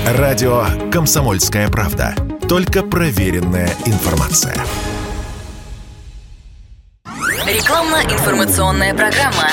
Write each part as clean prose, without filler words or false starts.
Радио «Комсомольская правда». Только проверенная информация. Рекламно-информационная программа.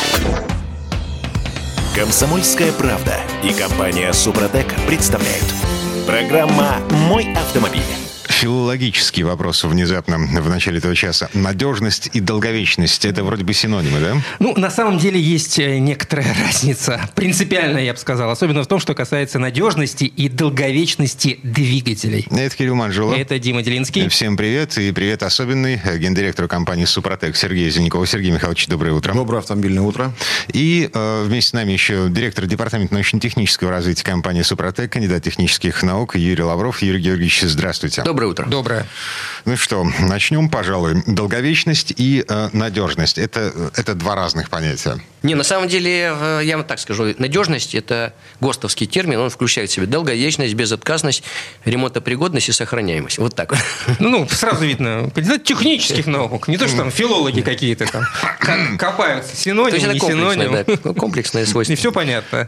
«Комсомольская правда» и компания «Супротек» представляют. Программа «Мой автомобиль». Филологический вопрос внезапно в начале этого часа. Надежность и долговечность – это вроде бы синонимы, да? Ну, на самом деле есть некоторая разница. Принципиальная, я бы сказал. Особенно в том, что касается надежности и долговечности двигателей. Это Кирилл Манжулов. Это Дима Делинский. Всем привет. И привет особенный гендиректору компании «Супротек» Сергею Зеленкову. Сергей Михайлович, доброе утро. Доброе автомобильное утро. И вместе с нами еще директор департамента научно-технического развития компании «Супротек», кандидат технических наук Юрий Лавров. Юрий Георгиевич, здравствуйте. Доброе утро. Доброе. Ну что, начнем, пожалуй. Долговечность и надежность – это два разных понятия. Не, на самом деле, я вам так скажу, надежность – это ГОСТовский термин, он включает в себя долговечность, безотказность, ремонтопригодность и сохраняемость. Вот так вот. Ну, сразу видно, кандидат технических наук, не то, что там филологи какие-то там копаются, синоним, не синоним. Да, комплексное свойство. И все понятно.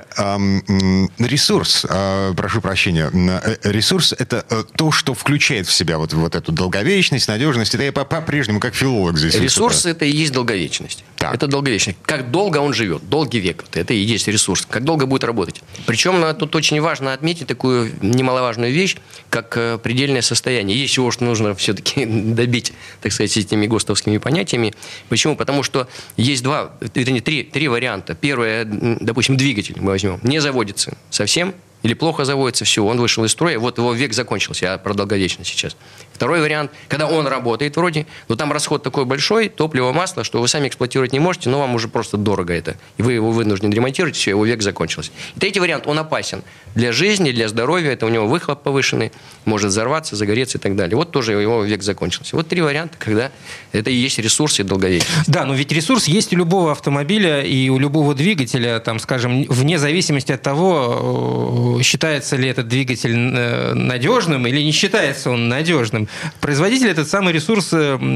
Ресурс, прошу прощения, ресурс – это то, что включает в себя вот эту долговечность, надежность. Это я по-прежнему как филолог здесь. Ресурс – это и есть долговечность. Так. Это долговечность. Как долго он живет, долгий век. Это и есть ресурс. Как долго будет работать. Причем тут очень важно отметить такую немаловажную вещь, как предельное состояние. Есть его, что нужно все-таки добить, так сказать, этими ГОСТовскими понятиями. Почему? Потому что есть три варианта. Первое, допустим, двигатель мы возьмем. Не заводится совсем. Или плохо заводится, все, он вышел из строя, вот его век закончился, я про долговечность сейчас. Второй вариант, когда он работает вроде, но там расход такой большой, топливо, масло, что вы сами эксплуатировать не можете, но вам уже просто дорого это. И вы его вынуждены ремонтировать, все, его век закончился. И третий вариант, он опасен для жизни, для здоровья, это у него выхлоп повышенный, может взорваться, загореться и так далее. Вот тоже его век закончился. Вот три варианта, когда это и есть ресурс и долговечность. Да, но ведь ресурс есть у любого автомобиля и у любого двигателя, там, скажем, вне зависимости от того, считается ли этот двигатель надежным или не считается он надежным. Производитель этот самый ресурс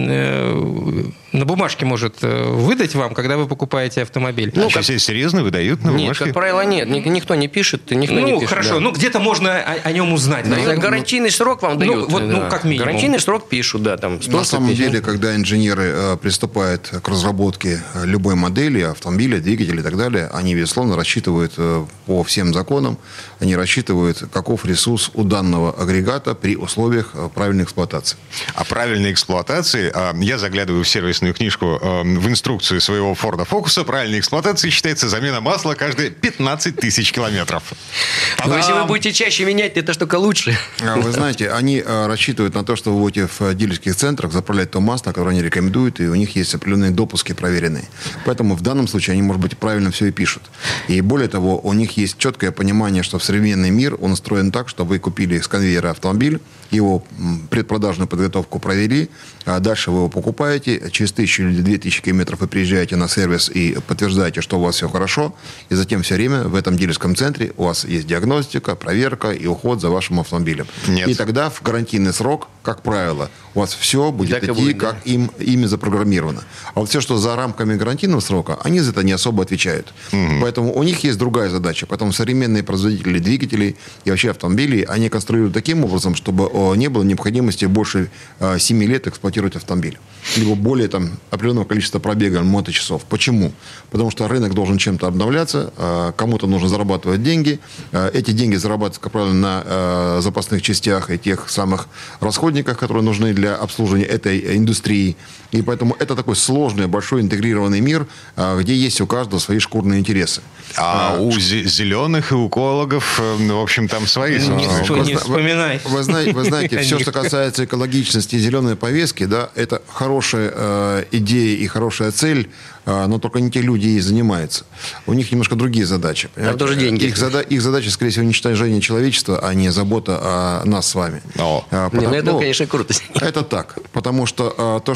на бумажке может выдать вам, когда вы покупаете автомобиль. Ну, сейчас серьезно выдают на бумажке? Нет, как правило, нет. Никто не пишет. Хорошо, да. Где-то можно о нем узнать. Да, гарантийный срок вам дают. Как минимум. Гарантийный срок пишут, да. Там 100, на самом деле, когда инженеры приступают к разработке любой модели, автомобиля, двигателя и так далее, они, безусловно, рассчитывают по всем законам, они рассчитывают, каков ресурс у данного агрегата при условиях правильной эксплуатации. О правильной эксплуатации я заглядываю в сервисную книжку, в инструкцию своего Форда Фокуса. Правильной эксплуатацией считается замена масла каждые 15 тысяч километров. Но если вы будете чаще менять, это ж только лучше. Вы знаете, они рассчитывают на то, что вы будете в дилерских центрах заправлять то масло, которое они рекомендуют, и у них есть определенные допуски проверенные. Поэтому в данном случае они, может быть, правильно все и пишут. И более того, у них есть четкое понимание, что в современный мир он устроен так, что вы купили с конвейера автомобиль, его предпродажную подготовку провели, а дальше вы его покупаете, через 1000 или 2000 километров вы приезжаете на сервис и подтверждаете, что у вас все хорошо, и затем все время в этом дилерском центре у вас есть диагностика, проверка и уход за вашим автомобилем. Нет. И тогда в гарантийный срок, как правило, у вас все будет так идти, будет, как ими запрограммировано. А вот все, что за рамками гарантийного срока, они за это не особо отвечают. Поэтому у них есть другая задача. Поэтому современные производители двигателей и вообще автомобилей, они конструируют таким образом, чтобы не было необходимости больше 7 лет эксплуатировать автомобиль. Либо более определенного количества пробега, моточасов. Почему? Потому что рынок должен чем-то обновляться, кому-то нужно зарабатывать деньги. Эти деньги зарабатываются, как правило, на запасных частях и тех самых расходниках, которые нужны для обслуживания этой индустрии. И поэтому это такой сложный, большой интегрированный мир, где есть у каждого свои шкурные интересы. А у зеленых и у экологов, в общем, там свои. Не вспоминай. Вы знаете, все, что касается экологичности и зеленой повестки, да, это хорошая идея и хорошая цель, но только не те люди и занимаются. У них немножко другие задачи. Там тоже деньги. Их задача, скорее всего, уничтожение человечества, а не забота о нас с вами. Это, конечно, круто. Это так. Потому что то, что сегодня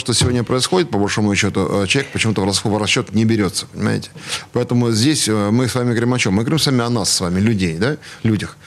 происходит, по большому счету, человек почему-то в расчет не берется, понимаете? Поэтому здесь мы с вами говорим о чем? Мы говорим с вами о нас, с вами, людей, да? Людях.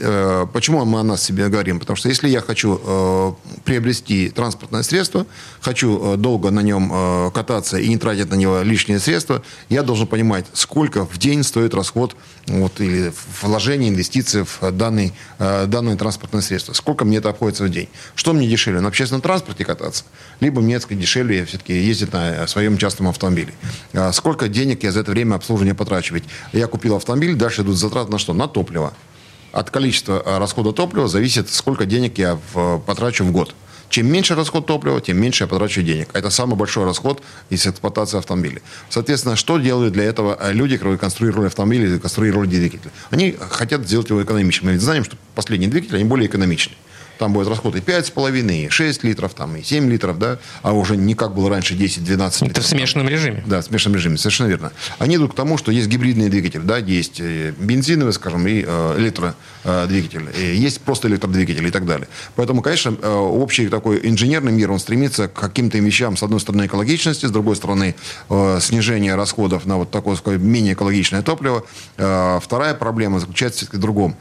Почему мы о нас себе говорим? Потому что если я хочу приобрести транспортное средство, хочу долго на нем кататься и не тратить на него лишние средства, я должен понимать, сколько в день стоит расход или вложение, инвестиции в данное транспортное средство. Сколько мне это обходится в день. Что мне дешевле? На общественном транспорте кататься? Либо мне дешевле все-таки ездить на своем частном автомобиле. Сколько денег я за это время обслуживания потрачу? Ведь я купил автомобиль, дальше идут затраты на что? На топливо. От количества расхода топлива зависит, сколько денег я потрачу в год. Чем меньше расход топлива, тем меньше я потрачу денег. Это самый большой расход из эксплуатации автомобиля. Соответственно, что делают для этого люди, которые конструировали автомобили, конструировали двигатель? Они хотят сделать его экономичным. Мы ведь знаем, что последние двигатели, они более экономичны. Там будет расход и 5,5, и 6 литров, и 7 литров, да, а уже не как было раньше 10-12 литров. Это в смешанном режиме. Да, в смешанном режиме, совершенно верно. Они идут к тому, что есть гибридные двигатели, да, есть бензиновый, скажем, и электродвигатель, есть просто электродвигатель и так далее. Поэтому, конечно, общий такой инженерный мир, он стремится к каким-то вещам, с одной стороны, экологичности, с другой стороны, снижение расходов на вот такое менее экологичное топливо. Вторая проблема заключается в другом.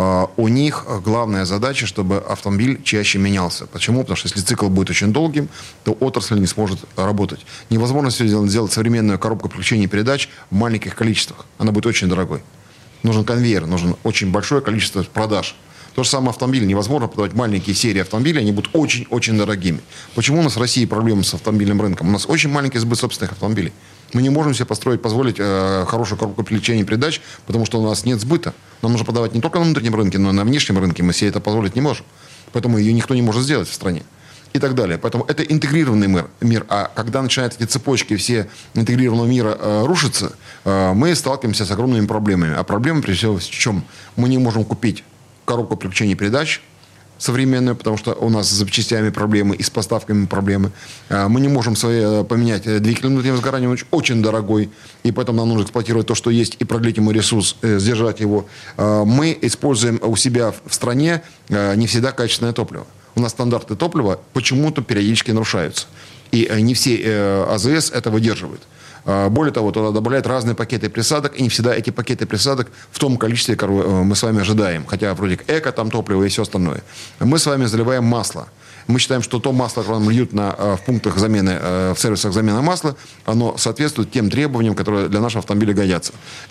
У них главная задача, чтобы автомобиль чаще менялся. Почему? Потому что если цикл будет очень долгим, то отрасль не сможет работать. Невозможно сделать современную коробку переключений передач в маленьких количествах. Она будет очень дорогой. Нужен конвейер, нужно очень большое количество продаж. То же самое автомобиль. Невозможно продавать маленькие серии автомобилей, они будут очень-очень дорогими. Почему у нас в России проблемы с автомобильным рынком? У нас очень маленький сбыт собственных автомобилей. Мы не можем себе позволить хорошую коробку переключений передач, потому что у нас нет сбыта. Нам нужно продавать не только на внутреннем рынке, но и на внешнем рынке. Мы себе это позволить не можем. Поэтому ее никто не может сделать в стране. И так далее. Поэтому это интегрированный мир. А когда начинают эти цепочки все интегрированного мира рушиться, мы сталкиваемся с огромными проблемами. А проблема, прежде всего, в чем? Мы не можем купить коробку переключений передач современную, потому что у нас с запчастями проблемы и с поставками проблемы. Мы не можем поменять двигатель внутреннего сгорания, он очень дорогой, и поэтому нам нужно эксплуатировать то, что есть, и продлить ему ресурс, сдержать его. Мы используем у себя в стране не всегда качественное топливо. У нас стандарты топлива почему-то периодически нарушаются. И не все АЗС это выдерживают. Более того, туда добавляют разные пакеты присадок, и не всегда эти пакеты присадок в том количестве, которое мы с вами ожидаем. Хотя вроде как эко, там топливо и все остальное. Мы с вами заливаем масло. Мы считаем, что то масло, которое нам льют в пунктах замены, в сервисах замены масла, оно соответствует тем требованиям, которые для нашего автомобиля годятся.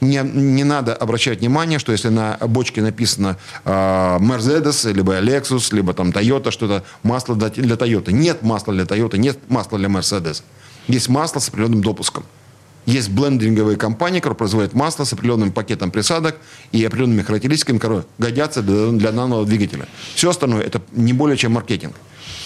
Не надо обращать внимание, что если на бочке написано Mercedes, либо Lexus, либо там Toyota, что это масло для Toyota. Нет масла для Toyota, нет масла для Mercedes. Есть масло с определенным допуском. Есть блендинговые компании, которые производят масло с определенным пакетом присадок и определенными характеристиками, которые годятся для данного двигателя. Все остальное – это не более чем маркетинг.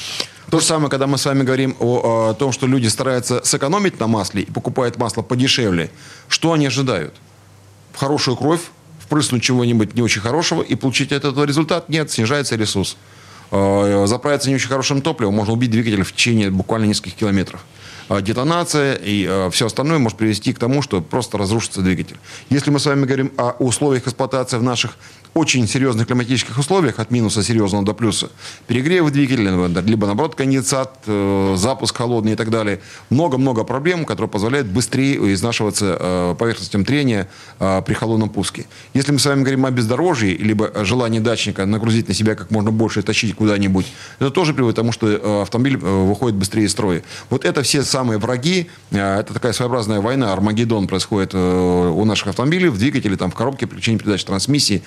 То же самое, когда мы с вами говорим о том, что люди стараются сэкономить на масле и покупают масло подешевле. Что они ожидают? В хорошую кровь впрыснуть чего-нибудь не очень хорошего и получить от этого результат? Нет, снижается ресурс. Заправиться не очень хорошим топливом, можно убить двигатель в течение буквально нескольких километров. Детонация и все остальное может привести к тому, что просто разрушится двигатель. Если мы с вами говорим о условиях эксплуатации в наших очень серьезных климатических условиях, от минуса серьезного до плюса, перегрев двигателя, либо наоборот конденсат, запуск холодный и так далее, много-много проблем, которые позволяют быстрее изнашиваться поверхностям трения при холодном пуске. Если мы с вами говорим о бездорожье, либо желании дачника нагрузить на себя как можно больше и тащить куда-нибудь, это тоже приводит к тому, что автомобиль выходит быстрее из строя. Вот это все самые враги, это такая своеобразная война, Армагеддон происходит у наших автомобилей, в двигателе, там, в коробке переключения передач, трансмиссии.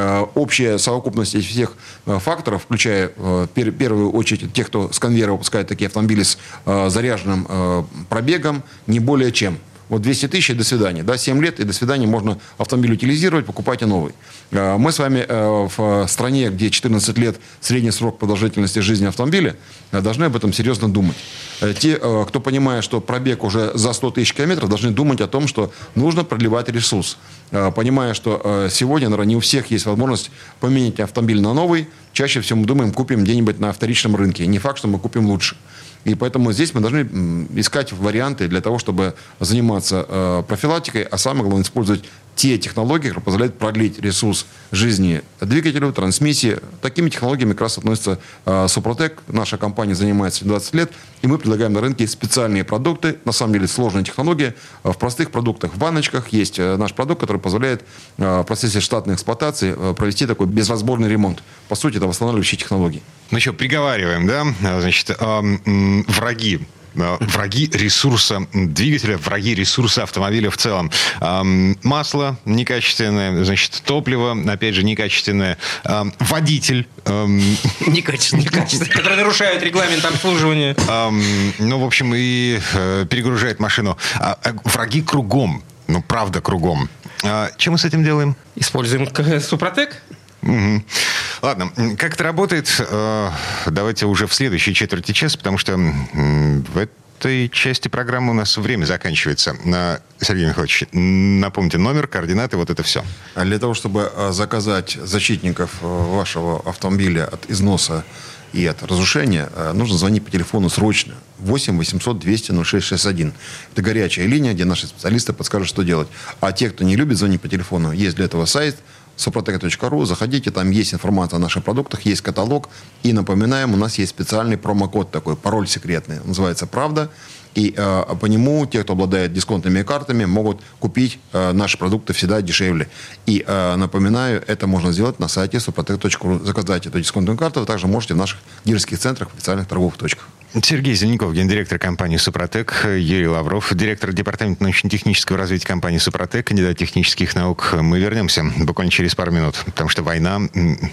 Общая совокупность этих всех факторов, включая в первую очередь тех, кто с конвейера выпускает такие автомобили с заряженным пробегом, не более чем. Вот 200 тысяч и до свидания. Да, 7 лет и до свидания, можно автомобиль утилизировать, покупайте новый. Мы с вами в стране, где 14 лет средний срок продолжительности жизни автомобиля, должны об этом серьезно думать. Те, кто понимает, что пробег уже за 100 тысяч километров, должны думать о том, что нужно продлевать ресурс. Понимая, что сегодня, наверное, не у всех есть возможность поменять автомобиль на новый, чаще всего мы думаем, купим где-нибудь на вторичном рынке. Не факт, что мы купим лучше. И поэтому здесь мы должны искать варианты для того, чтобы заниматься профилактикой, а самое главное, использовать те технологии, которые позволяют продлить ресурс жизни двигателю, трансмиссии. Такими технологиями как раз относится Супротек. Наша компания занимается 20 лет, и мы предлагаем на рынке специальные продукты. На самом деле сложная технология. В простых продуктах, в баночках есть наш продукт, который позволяет в процессе штатной эксплуатации провести такой безразборный ремонт. По сути, это восстанавливающие технологии. Ну что, приговариваем, да? Значит, враги ресурса двигателя, враги ресурса автомобиля в целом. Масло некачественное, значит, топливо, опять же, некачественное. Водитель. Некачественное. Которые нарушают регламент обслуживания. Ну, в общем, и перегружает машину. Враги кругом. Ну, правда, кругом. Чем мы с этим делаем? Используем Супротек. Угу. Ладно, как это работает, давайте уже в следующей четверти часа, потому что в этой части программы у нас время заканчивается. Сергей Михайлович, напомните номер, координаты, вот это все. Для того, чтобы заказать защитников вашего автомобиля от износа и от разрушения, нужно звонить по телефону срочно. 8 800 200 0661. Это горячая линия, где наши специалисты подскажут, что делать. А те, кто не любит звонить по телефону, есть для этого сайт suprotec.ru. Заходите, там есть информация о наших продуктах, есть каталог. И напоминаем, у нас есть специальный промокод такой, пароль секретный. Называется «Правда». И по нему те, кто обладает дисконтными картами, могут купить наши продукты всегда дешевле. И напоминаю, это можно сделать на сайте suprotec.ru. Заказать эту дисконтную карту вы также можете в наших дилерских центрах, в официальных торговых точках. Сергей Зеленков, гендиректор компании «Супротек», Юрий Лавров, директор департамента научно-технического развития компании «Супротек», кандидат технических наук. Мы вернемся буквально через пару минут, потому что война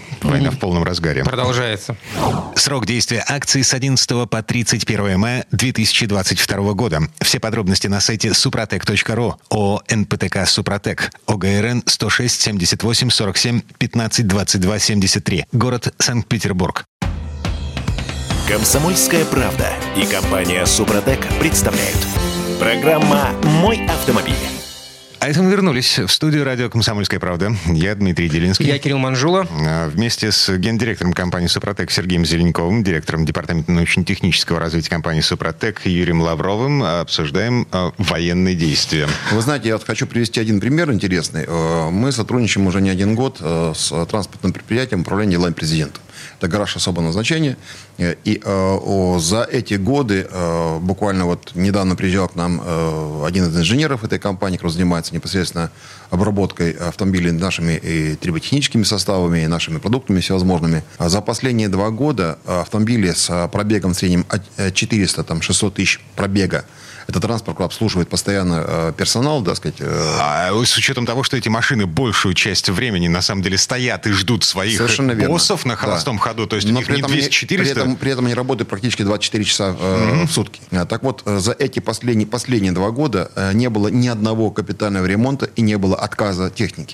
в полном разгаре. Продолжается. Срок действия акции с 11 по 31 мая 2022 года. Все подробности на сайте suprotec.ru. ООО «НПТК Супротек». ОГРН 106 78 47 15 22 73. Город Санкт-Петербург. Комсомольская правда и компания «Супротек» представляют. Программа «Мой автомобиль». А это мы вернулись в студию радио «Комсомольская правда». Я Дмитрий Делинский. Я Кирилл Манжула. Вместе с гендиректором компании «Супротек» Сергеем Зеленковым, директором департамента научно-технического развития компании «Супротек» Юрием Лавровым обсуждаем военные действия. Вы знаете, я вот хочу привести один пример интересный. Мы сотрудничаем уже не один год с транспортным предприятием управления делами президента. Это гараж особого назначения. И за эти годы, буквально вот недавно приезжал к нам один из инженеров этой компании, который занимается непосредственно обработкой автомобилей нашими и триботехническими составами, и нашими продуктами всевозможными. За последние 2 года автомобили с пробегом в среднем 400-600 тысяч пробега. Это транспорт обслуживает постоянно персонал, так сказать. А с учетом того, что эти машины большую часть времени на самом деле стоят и ждут своих боссов на холостом ходу, то есть у них не 200-400. При этом они работают практически 24 часа в сутки. Так вот, за эти последние 2 года не было ни одного капитального ремонта и не было отказа техники.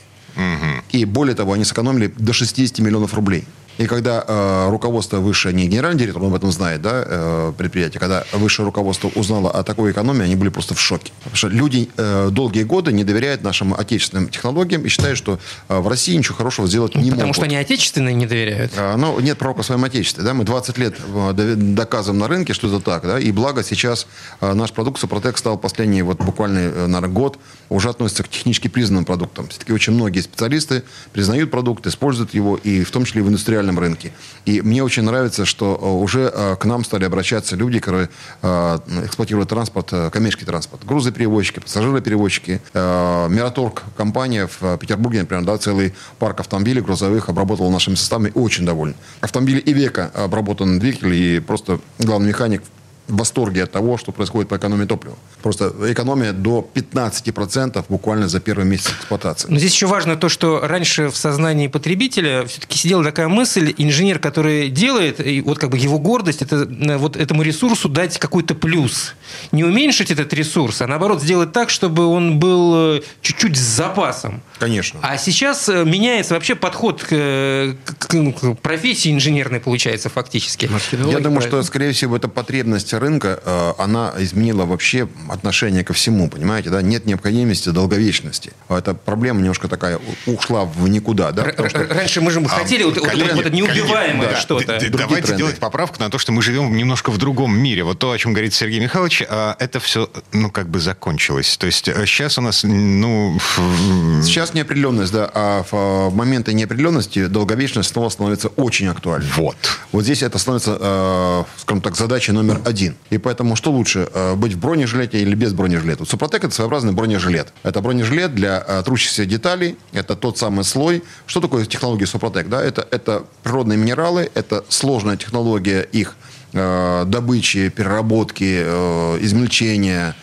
И более того, они сэкономили до 60 миллионов рублей. И когда руководство высшее, не генеральный директор, он об этом знает, да, предприятие, когда высшее руководство узнало о такой экономии, они были просто в шоке. Потому что люди долгие годы не доверяют нашим отечественным технологиям и считают, что в России ничего хорошего сделать не могут. Потому что они отечественные не доверяют. Ну, нет пророка в своем отечестве. Да? Мы 20 лет доказываем на рынке, что это так. Да? И благо сейчас наш продукт «Супротек» стал последний, вот буквально, наверное, год, уже относится к технически признанным продуктам. Все-таки очень многие специалисты признают продукт, используют его, и в том числе и в индустриальном рынке. И мне очень нравится, что уже к нам стали обращаться люди, которые эксплуатируют транспорт, коммерческий транспорт. Грузоперевозчики, пассажироперевозчики. Мираторг компания в Петербурге, например, да, целый парк автомобилей грузовых обработала нашими составами, очень довольны. Автомобили Ивеко обработаны двигатели, и просто главный механик в восторге от того, что происходит по экономии топлива. Просто экономия до 15% буквально за первый месяц эксплуатации. Но здесь еще важно то, что раньше в сознании потребителя все-таки сидела такая мысль, инженер, который делает, и вот как бы его гордость, это вот этому ресурсу дать какой-то плюс. Не уменьшить этот ресурс, а наоборот сделать так, чтобы он был чуть-чуть с запасом. Конечно. А сейчас меняется вообще подход к профессии инженерной, получается, фактически. Я думаю, что, скорее всего, это потребность конкуренция рынка, она изменила вообще отношение ко всему, понимаете, да? Нет необходимости долговечности. Эта проблема немножко такая ушла в никуда, да? Раньше мы же хотели вот это неубиваемое да, что-то. Давайте тренды. делать поправку на то, что мы живем немножко в другом мире. Вот то, о чем говорит Сергей Михайлович, это все, как бы закончилось. То есть сейчас у нас, Сейчас неопределенность, да, а в моменты неопределенности долговечность снова становится очень актуальной. Вот здесь это становится, скажем так, задачей номер один. И поэтому что лучше, быть в бронежилете или без бронежилета? Супротек – это своеобразный бронежилет. Это бронежилет для трущихся деталей, это тот самый слой. Что такое технология Супротек? Да? Это природные минералы, это сложная технология их добычи, переработки, измельчения,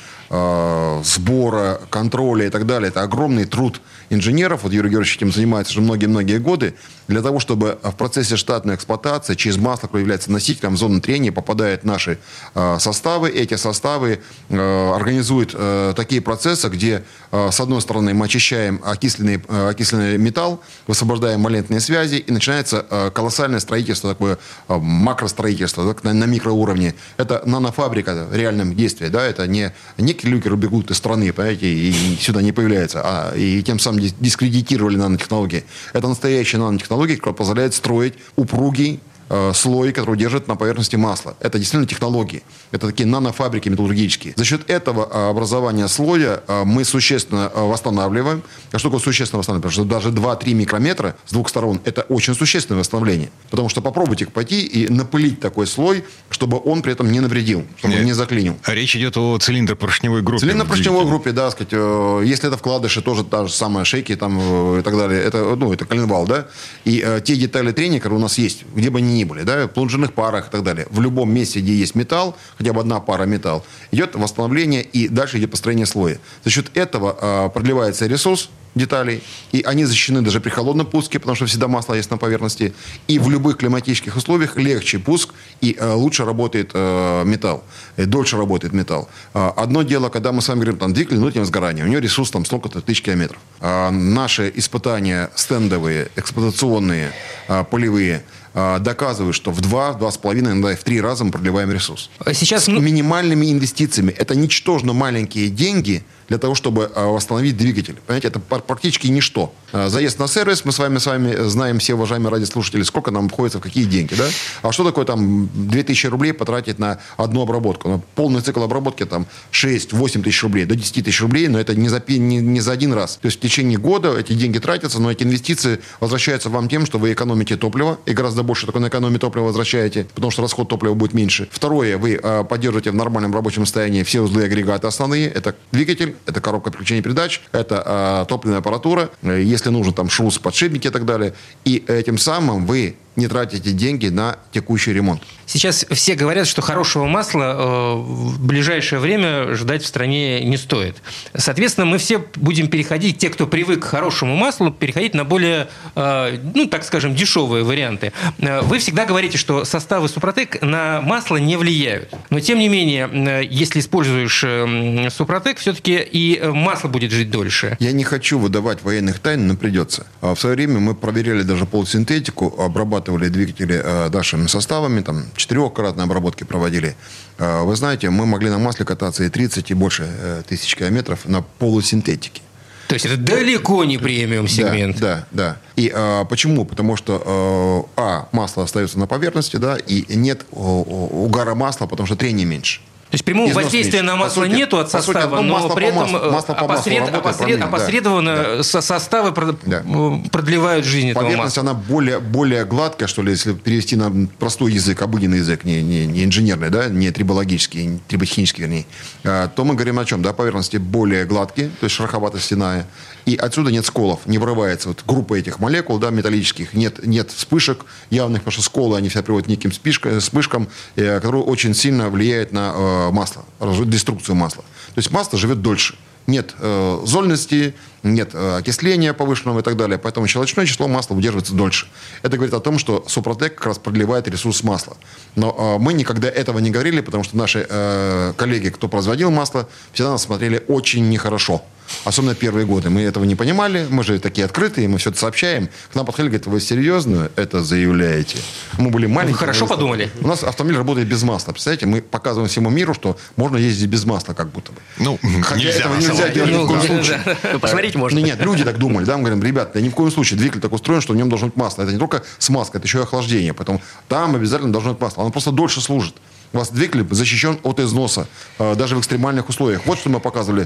сбора, контроля и так далее. Это огромный труд инженеров. Вот Юрий Георгиевич этим занимается уже многие-многие годы. Для того, чтобы в процессе штатной эксплуатации через масло, которое является носителем зоны трения, попадают наши составы. Эти составы организуют такие процессы, где, с одной стороны, мы очищаем окисленный металл, высвобождаем валентные связи, и начинается колоссальное строительство, такое макростроительство на микроуровне. Это нанофабрика в реальном действии. Да? Это не клюкеры бегут из страны, понимаете, и сюда не появляются, и тем самым дискредитировали нанотехнологии. Это настоящие нанотехнологии, которые позволяют строить упругий слой, который держит на поверхности масла. Это действительно технологии. Это такие нанофабрики металлургические. За счет этого образования слоя мы существенно восстанавливаем. А что такое существенно восстанавливаем? Потому что даже 2-3 микрометра с двух сторон – это очень существенное восстановление. Потому что попробуйте пойти и напылить такой слой, чтобы он при этом не навредил, чтобы он не заклинил. Речь идет о цилиндропоршневой группе. Цилиндропоршневой группе, да, сказать, если это вкладыши, тоже та же самая шейки там, и так далее. Это коленвал, да. И те детали трения, которые у нас есть, где бы они ни были, да, в плунжерных парах и так далее. В любом месте, где есть металл, хотя бы одна пара металл, идет восстановление и дальше идет построение слоя. За счет этого продлевается ресурс деталей, и они защищены даже при холодном пуске, потому что всегда масло есть на поверхности. И в любых климатических условиях легче пуск, и лучше работает металл, дольше работает металл. Одно дело, когда мы с вами говорим, там, двигатель внутреннего сгорания, у него ресурс там столько-то тысяч километров. Наши испытания стендовые, эксплуатационные, полевые, доказывают, что в 2, 2,5, иногда и в 3 раза мы продлеваем ресурс. Сейчас... С минимальными инвестициями. Это ничтожно маленькие деньги для того, чтобы восстановить двигатель. Понимаете, это практически ничто. Заезд на сервис, мы с вами знаем, все уважаемые радиослушатели, сколько нам обходится, в какие деньги. Да? А что такое там 2000 рублей потратить на одну обработку? На полный цикл обработки там 6-8 тысяч рублей, до 10 тысяч рублей, но это не за один раз. То есть в течение года эти деньги тратятся, но эти инвестиции возвращаются вам тем, что вы экономите топливо, и гораздо больше только на экономии топлива возвращаете, потому что расход топлива будет меньше. Второе, вы поддерживаете в нормальном рабочем состоянии все узлы и агрегаты основные. Это двигатель, это коробка переключения передач, это топливная аппаратура, если нужно, там шрус, подшипники и так далее. И этим самым вы не тратите деньги на текущий ремонт. Сейчас все говорят, что хорошего масла в ближайшее время ждать в стране не стоит. Соответственно, мы все будем переходить, те, кто привык к хорошему маслу, переходить на более, так скажем, дешевые варианты. Вы всегда говорите, что составы Супротек на масло не влияют. Но, тем не менее, если используешь Супротек, все-таки и масло будет жить дольше. Я не хочу выдавать военных тайн, но придется. В свое время мы проверяли даже полусинтетику, обрабатывали двигатели нашими составами, там 4-кратные обработки проводили. Вы знаете, мы могли на масле кататься и 30, и больше тысяч километров на полусинтетике. То есть это далеко не премиум сегмент. Да. И почему? Потому что масло остается на поверхности, да, и нет угара масла, потому что трения меньше. То есть прямого воздействия на масло нету от состава, но при этом опосредованно составы продлевают жизнь этого масла. Поверхность, она более гладкая, что ли, если перевести на простой язык, обыденный язык, не инженерный, да, не трибологический, не триботехнический, вернее, то мы говорим о чем? Да, поверхности более гладкие, то есть шероховато-стенная, и отсюда нет сколов, не вырывается вот группа этих молекул, да, металлических, нет вспышек явных, потому что сколы, они всегда приводят к неким вспышкам, которые очень сильно влияют на масло, деструкцию масла. То есть масло живет дольше. Нет зольности, нет окисления повышенного и так далее. Поэтому щелочное число масла удерживается дольше. Это говорит о том, что Супротек как раз продлевает ресурс масла. Но мы никогда этого не говорили, потому что наши коллеги, кто производил масло, всегда нас смотрели очень нехорошо. особенно первые годы. Мы этого не понимали, мы же такие открытые, мы все это сообщаем. К нам подходили, говорят, вы серьезно это заявляете? Мы были маленькие. Вы хорошо подумали. У нас автомобиль работает без масла. Представляете, мы показываем всему миру, что можно ездить без масла, как будто бы. Ну, Хотя нельзя этого на нельзя самом делать деле. ни в коем случае. Посмотреть можно. Нет, люди так думали, да, мы говорим, ребят, да ни в коем случае, двигатель так устроен, что в нем должно быть масло. Это не только смазка, это еще и охлаждение. Поэтому там обязательно должно быть масло. Оно просто дольше служит. У вас двигатель защищен от износа, даже в экстремальных условиях. Вот что мы показывали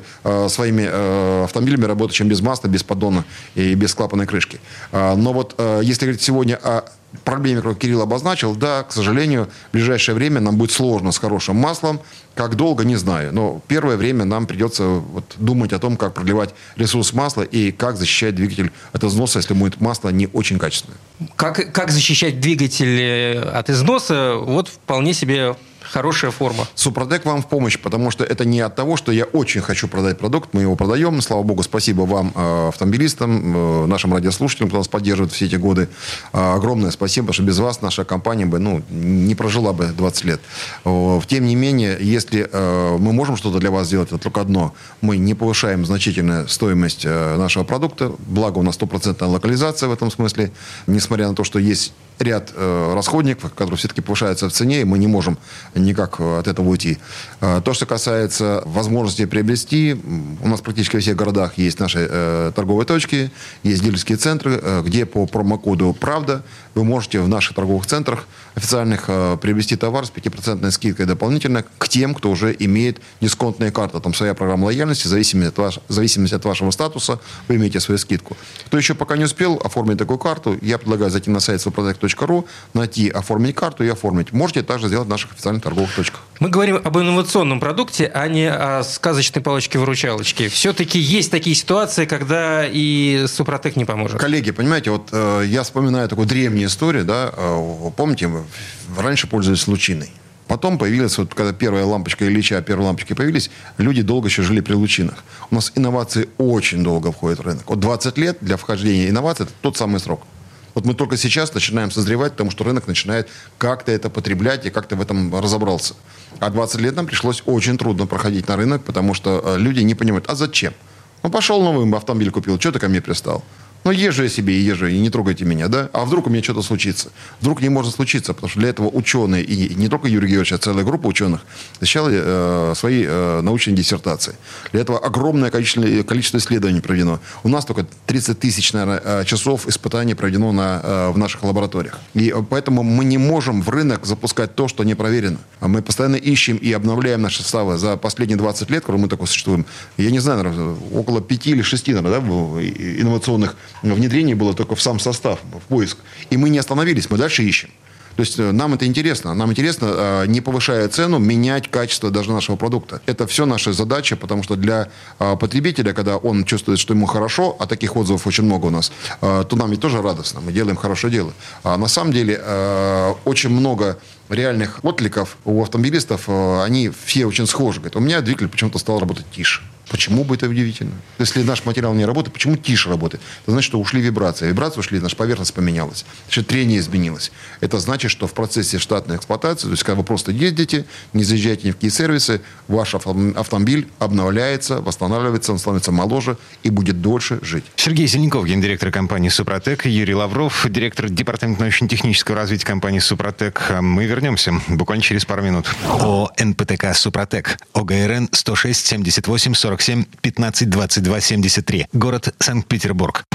своими автомобилями, работающими без масла, без поддона и без клапанной крышки. Но вот если говорить сегодня о проблеме, которую Кирилл обозначил, да, к сожалению, в ближайшее время нам будет сложно с хорошим маслом. Как долго, не знаю. Но первое время нам придется вот думать о том, как продлевать ресурс масла и как защищать двигатель от износа, если будет масло не очень качественное. Как защищать двигатель от износа, вот вполне себе хорошая форма. Супротек вам в помощь, потому что это не от того, что я очень хочу продать продукт, мы его продаем. Слава богу, спасибо вам, автомобилистам, нашим радиослушателям, кто нас поддерживает все эти годы. Огромное спасибо, потому что без вас наша компания бы не прожила бы 20 лет. Тем не менее, если мы можем что-то для вас сделать, это только одно. Мы не повышаем значительно стоимость нашего продукта. Благо, у нас 100% локализация в этом смысле. Несмотря на то, что есть ряд расходников, которые все-таки повышаются в цене, и мы не можем никак от этого уйти. То, что касается возможности приобрести, у нас практически во всех городах есть наши торговые точки, есть дилерские центры, где по промокоду «Правда» вы можете в наших торговых центрах официальных приобрести товар с 5% скидкой дополнительно к тем, кто уже имеет дисконтные карты. Там своя программа лояльности, в зависимости от вашего статуса, вы имеете свою скидку. Кто еще пока не успел оформить такую карту, я предлагаю зайти на сайт suprotec.ru, найти, оформить карту и оформить. Можете также сделать в наших официальных торговых точках. Мы говорим об инновационном продукте, а не о сказочной палочке-выручалочке. Все-таки есть такие ситуации, когда и Супротек не поможет. Коллеги, понимаете, вот я вспоминаю такую древнюю историю, да, помните, раньше пользовались лучиной. Потом появилась, вот когда первая лампочка Ильича, первые лампочки появились, люди долго еще жили при лучинах. У нас инновации очень долго входят в рынок. Вот 20 лет для вхождения инноваций – это тот самый срок. Вот мы только сейчас начинаем созревать, потому что рынок начинает как-то это потреблять и как-то в этом разобрался. А 20 лет нам пришлось очень трудно проходить на рынок, потому что люди не понимают, а зачем? Ну, пошел новый автомобиль купил, что ты ко мне пристал? Ну, езжу я себе и езжу, и не трогайте меня, да? А вдруг у меня что-то случится? Вдруг не может случиться, потому что для этого ученые, и не только Юрий Георгиевич, а целая группа ученых, защищали свои научные диссертации. Для этого огромное количество исследований проведено. У нас только 30 тысяч, наверное, часов испытаний проведено в наших лабораториях. И поэтому мы не можем в рынок запускать то, что не проверено. Мы постоянно ищем и обновляем наши составы за последние 20 лет, которые мы такой существуем. Я не знаю, наверное, около 5 или 6, наверное, да, инновационных внедрение было только в сам состав, в поиск. И мы не остановились, мы дальше ищем. То есть нам это интересно. Нам интересно, не повышая цену, менять качество даже нашего продукта. Это все наша задача, потому что для потребителя, когда он чувствует, что ему хорошо, а таких отзывов очень много у нас, то нам ведь тоже радостно. Мы делаем хорошее дело. А на самом деле очень много реальных откликов у автомобилистов, они все очень схожи. Говорят, у меня двигатель почему-то стал работать тише. Почему бы это удивительно? Если наш материал не работает, почему тише работает? Это значит, что ушли вибрации. Вибрации ушли, наша поверхность поменялась. Значит, трение изменилось. Это значит, что в процессе штатной эксплуатации, то есть, когда вы просто ездите, не заезжаете ни в какие сервисы, ваш автомобиль обновляется, восстанавливается, он становится моложе и будет дольше жить. Сергей Зеленков, гендиректор компании «Супротек», Юрий Лавров, директор департамента научно-технического развития компании «Супротек». Мы вернемся буквально через пару минут. ООО «НПТК Супротек». ОГРН 106 78 47 15 22 73. Город Санкт-Петербург.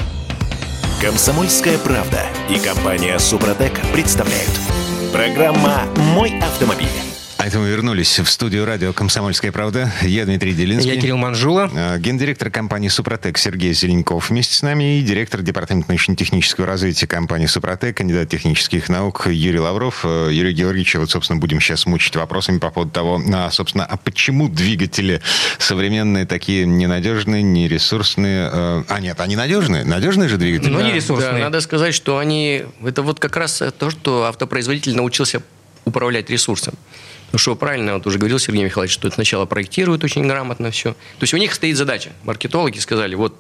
«Комсомольская правда» и компания «Супротек» представляют. Программа «Мой автомобиль». А это мы вернулись в студию радио «Комсомольская правда». Я Дмитрий Делинский. Я Кирилл Манжула. Гендиректор компании «Супротек» Сергей Зеленков вместе с нами и директор департамента научно-технического развития компании «Супротек», кандидат технических наук Юрий Лавров. Юрий Георгиевич, вот, собственно, будем сейчас мучить вопросами по поводу того, собственно, а почему двигатели современные такие ненадежные, нересурсные? Нет, они надежные. Надежные же двигатели. Но нересурсные. Да, надо сказать, что они... Это вот как раз то, что автопроизводитель научился управлять ресурсом. Ну, что правильно, вот уже говорил Сергей Михайлович, что это сначала проектируют очень грамотно все. То есть у них стоит задача. Маркетологи сказали, вот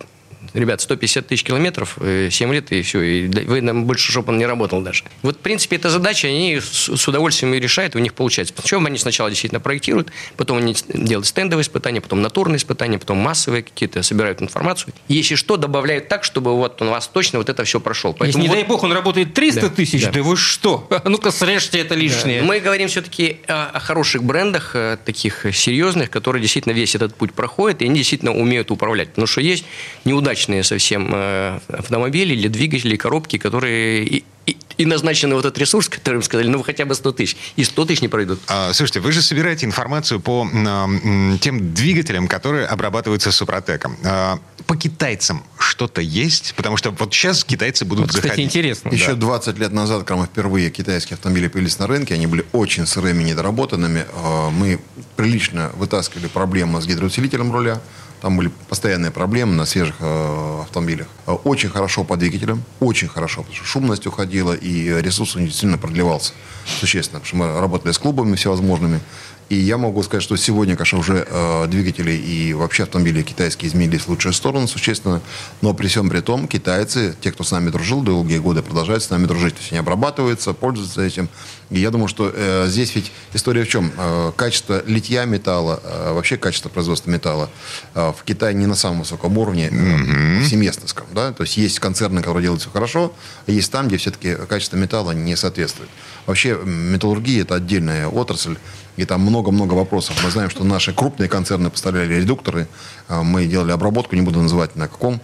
ребят, 150 тысяч километров, 7 лет, и все, и вы нам больше, чтобы он не работал даже. Вот, в принципе, эта задача, они с удовольствием ее решают, у них получается. Причем они сначала действительно проектируют, потом они делают стендовые испытания, потом натурные испытания, потом массовые какие-то, собирают информацию. Если что, добавляют так, чтобы вот у вас точно вот это все прошел. Поэтому если, не дай бог, он работает 300 тысяч, да вы что? Ну-ка, срежьте это лишнее. Да. Мы говорим все-таки о хороших брендах, таких серьезных, которые действительно весь этот путь проходят, и они действительно умеют управлять. Потому что есть неудачные совсем автомобили или двигатели, коробки, которые и назначены вот этот ресурс, который им сказали, ну, хотя бы 100 тысяч. И 100 тысяч не пройдут. Слушайте, вы же собираете информацию по тем двигателям, которые обрабатываются Супротеком. По китайцам что-то есть? Потому что вот сейчас китайцы будут вот, кстати, заходить. Интересно. Еще 20 лет назад, когда мы впервые китайские автомобили появились на рынке, они были очень сырыми, недоработанными. Мы прилично вытаскивали проблемы с гидроусилителем руля. Там были постоянные проблемы на свежих автомобилях. Очень хорошо по двигателям, очень хорошо, потому что шумность уходила, и ресурс действительно продлевался существенно, потому что мы работали с клубами всевозможными. И я могу сказать, что сегодня, конечно, уже двигатели и вообще автомобили китайские изменились в лучшую сторону существенно. Но при всем при том, китайцы, те, кто с нами дружил долгие годы, продолжают с нами дружить. То есть они обрабатываются, пользуются этим. И я думаю, что здесь ведь история в чем? Качество литья металла, вообще качество производства металла в Китае не на самом высоком уровне, повсеместно. Да? То есть есть концерны, которые делают все хорошо, а есть там, где все-таки качество металла не соответствует. Вообще металлургия – это отдельная отрасль, и там много-много вопросов. Мы знаем, что наши крупные концерны поставляли редукторы, мы делали обработку, не буду называть на каком,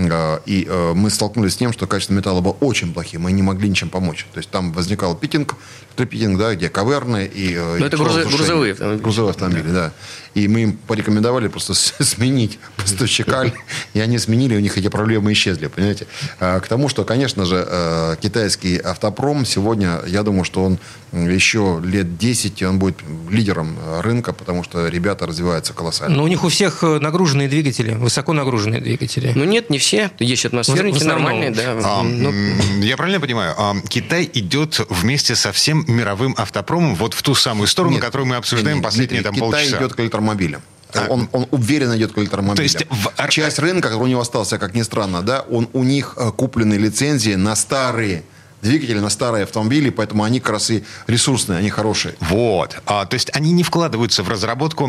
и мы столкнулись с тем, что качество металла было очень плохим, мы не могли ничем помочь. То есть там возникал питтинг, да, где каверны и... Но это грузовые автомобили. Грузовые автомобили, да. И мы им порекомендовали просто сменить поставщика, и они сменили, у них эти проблемы исчезли, понимаете. К тому, что, конечно же, китайский автопром сегодня, я думаю, что он еще лет 10, он будет лидером рынка, потому что ребята развиваются колоссально. Но у них у всех нагруженные двигатели, высоко нагруженные двигатели. Ну нет, не все. Есть атмосферники нормальные, да. Я правильно понимаю, Китай идет вместе со всем мировым автопромом вот в ту самую сторону, которую мы обсуждаем последние полчаса. Китай идет к электромобилям. Он уверенно идет к электромобилям. То есть часть рынка, который у него остался, как ни странно, да, у них куплены лицензии на старые двигатели, на старые автомобили, поэтому они как раз и ресурсные, они хорошие. Вот. То есть они не вкладываются в разработку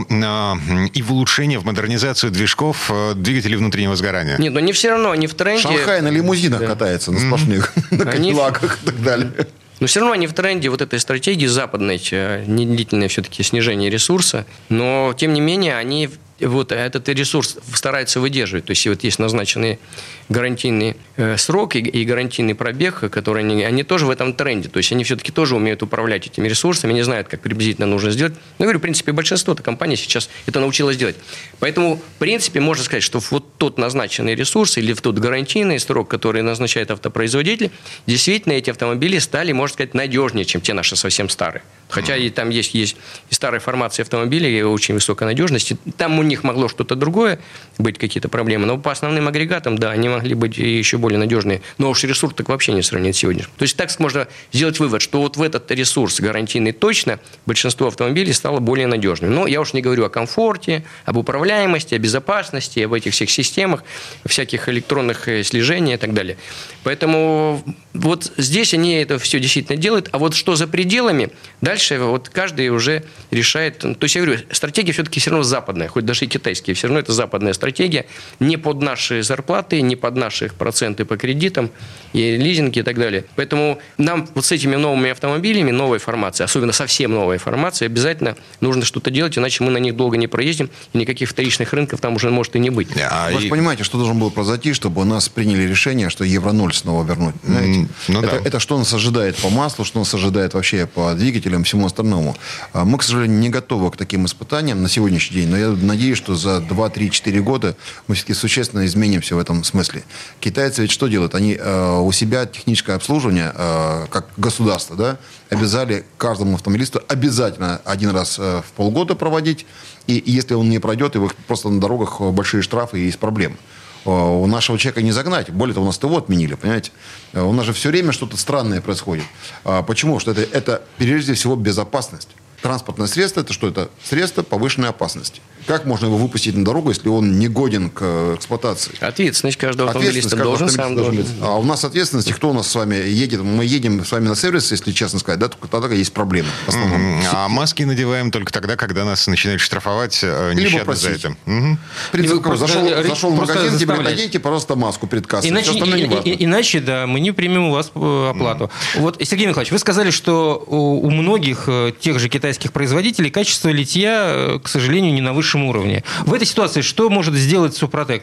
и в улучшение, в модернизацию движков двигателей внутреннего сгорания. Нет, но они все равно, они в тренде. Шанхай на лимузинах катается, на сплошных, на кадиллаках и так далее. Но все равно они в тренде вот этой стратегии западной, длительное все-таки снижение ресурса, но тем не менее они вот этот ресурс стараются выдерживать. То есть вот есть назначенный гарантийный срок и гарантийный пробег, которые они тоже в этом тренде. То есть они все-таки тоже умеют управлять этими ресурсами, не знают, как приблизительно нужно сделать. Но я говорю, в принципе, большинство компаний сейчас это научилось делать. Поэтому, в принципе, можно сказать, что вот тот назначенный ресурс или в тот гарантийный срок, который назначает автопроизводитель, действительно эти автомобили стали, можно сказать, надежнее, чем те наши совсем старые. Хотя и там есть и старая формация автомобилей, и очень высокой надежности. Там у них могло что-то другое быть, какие-то проблемы. Но по основным агрегатам, да, они могли быть еще более надежные. Но уж ресурс так вообще не сравнить сегодня. То есть так можно сделать вывод, что вот в этот ресурс гарантийный точно большинство автомобилей стало более надежным. Но я уж не говорю о комфорте, об управляемости, о безопасности, об этих всех системах, всяких электронных слежений и так далее. Поэтому вот здесь они это все действительно делают. А вот что за пределами, дальше вот каждый уже решает. То есть я говорю, стратегия все-таки все равно западная, хоть даже и китайские, все равно это западная стратегия. Не под наши зарплаты, не под наши проценты по кредитам, и лизинги и так далее. Поэтому нам вот с этими новыми автомобилями, новой формацией, особенно совсем новой формацией, обязательно нужно что-то делать, иначе мы на них долго не проездим, и никаких вторичных рынков там уже может и не быть. Вы же понимаете, что должно было произойти, чтобы у нас приняли решение, что Евро-0 снова вернуть. Это что нас ожидает по маслу, что нас ожидает вообще по двигателям, всему остальному. Мы, к сожалению, не готовы к таким испытаниям на сегодняшний день, но я надеюсь, что за 2-3-4 года мы все-таки существенно изменимся в этом смысле. Китайцы ведь что делают? Они у себя техническое обслуживание, как государство, да, обязали каждому автомобилисту обязательно один раз в полгода проводить, и если он не пройдет, его просто на дорогах большие штрафы и есть проблемы. У нашего человека не загнать. Более того, у нас ТО отменили, понимаете? У нас же все время что-то странное происходит. Почему? Что это прежде всего безопасность. Транспортное средство – это что? Это средство повышенной опасности. Как можно его выпустить на дорогу, если он не годен к эксплуатации? Ответственность каждого автомобилиста должен сам. А у нас ответственность, кто у нас с вами едет? Мы едем с вами на сервис, если честно сказать, да, только тогда есть проблемы. А маски надеваем только тогда, когда нас начинают штрафовать нещадно за это. Принцип, зашел в магазин, тебе наденьте, пожалуйста, маску перед кассой. Иначе, да, мы не примем у вас оплату. Вот, Сергей Михайлович, вы сказали, что у многих тех же китайских производителей качество литья, к сожалению, не на высшем уровне. В этой ситуации что может сделать Супротек?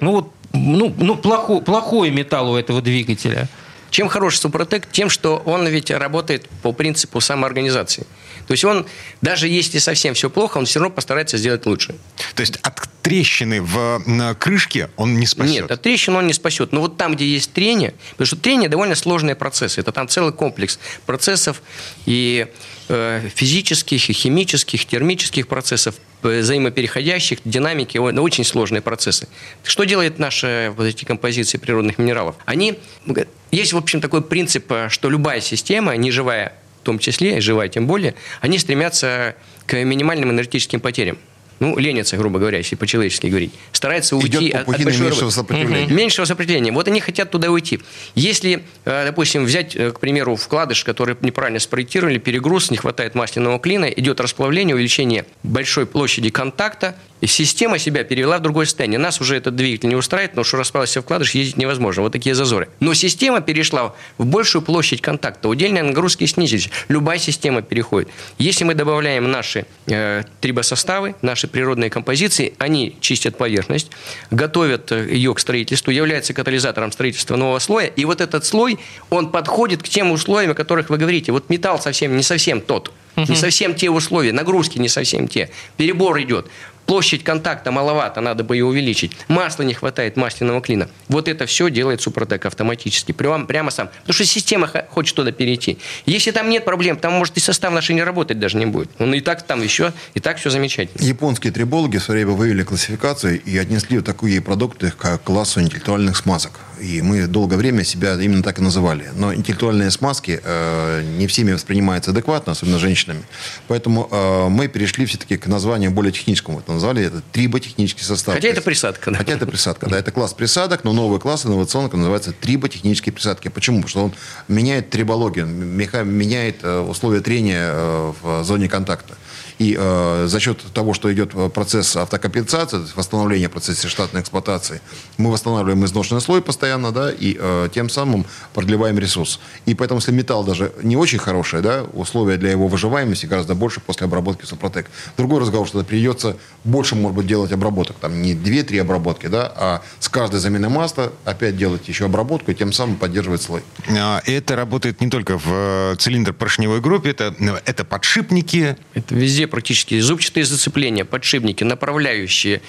Плохой металл у этого двигателя. Чем хорош Супротек? Тем, что он ведь работает по принципу самоорганизации. То есть он, даже если совсем все плохо, он все равно постарается сделать лучше. То есть от трещины в крышке он не спасет? Нет, от трещины он не спасет. Но вот там, где есть трение, потому что трение довольно сложные процессы. Это там целый комплекс процессов и физических, и химических, термических процессов, взаимопереходящих, динамики, очень сложные процессы. Что делает наши вот эти композиции природных минералов? Есть, в общем, такой принцип, что любая система, неживая в том числе, и живая тем более, они стремятся к минимальным энергетическим потерям. Ленятся, грубо говоря, если по-человечески говорить. Стараются уйти от меньшего сопротивления. Меньшего сопротивления. Вот они хотят туда уйти. Если, допустим, взять, к примеру, вкладыш, который неправильно спроектировали, перегруз, не хватает масляного клина, идет расплавление, увеличение большой площади контакта, и система себя перевела в другое состояние. Нас уже этот двигатель не устраивает, потому что распался вкладыш, ездить невозможно. Вот такие зазоры. Но система перешла в большую площадь контакта. Удельные нагрузки снизились. Любая система переходит. Если мы добавляем наши трибосоставы, наши природные композиции, они чистят поверхность, готовят ее к строительству, являются катализатором строительства нового слоя. И вот этот слой, он подходит к тем условиям, о которых вы говорите. Вот металл не совсем тот. Не совсем те условия, нагрузки не совсем те. Перебор идет. Площадь контакта маловато, надо бы ее увеличить. Масла не хватает, масляного клина. Вот это все делает Супротек автоматически. Прямо сам. Потому что система хочет туда перейти. Если там нет проблем, там, может, и состав наш не работать даже не будет. Он и так там еще, и так все замечательно. Японские трибологи в свое время вывели классификацию и отнесли вот такие продукты к классу интеллектуальных смазок. И мы долгое время себя именно так и называли. Но интеллектуальные смазки не всеми воспринимаются адекватно, особенно женщинами. Поэтому мы перешли все-таки к названию более техническому. Это назвали это триботехнический состав. Хотя это присадка. Да? Хотя это присадка, да. Это класс присадок, но новый класс инновационный называется триботехнические присадки. Почему? Потому что он меняет трибологию, меняет условия трения в зоне контакта. И за счет того, что идет процесс автокомпенсации, восстановления процесса штатной эксплуатации, мы восстанавливаем изношенный слой постоянно, да, и тем самым продлеваем ресурс. И поэтому, если металл даже не очень хороший, да, условия для его выживаемости гораздо больше после обработки Супротек. Другой разговор, что больше, может быть, делать обработок. Там не 2-3 обработки, да, а с каждой замены масла опять делать еще обработку и тем самым поддерживать слой. Это работает не только в цилиндр-поршневой группе, это подшипники. Это везде практически зубчатые зацепления, подшипники, направляющие,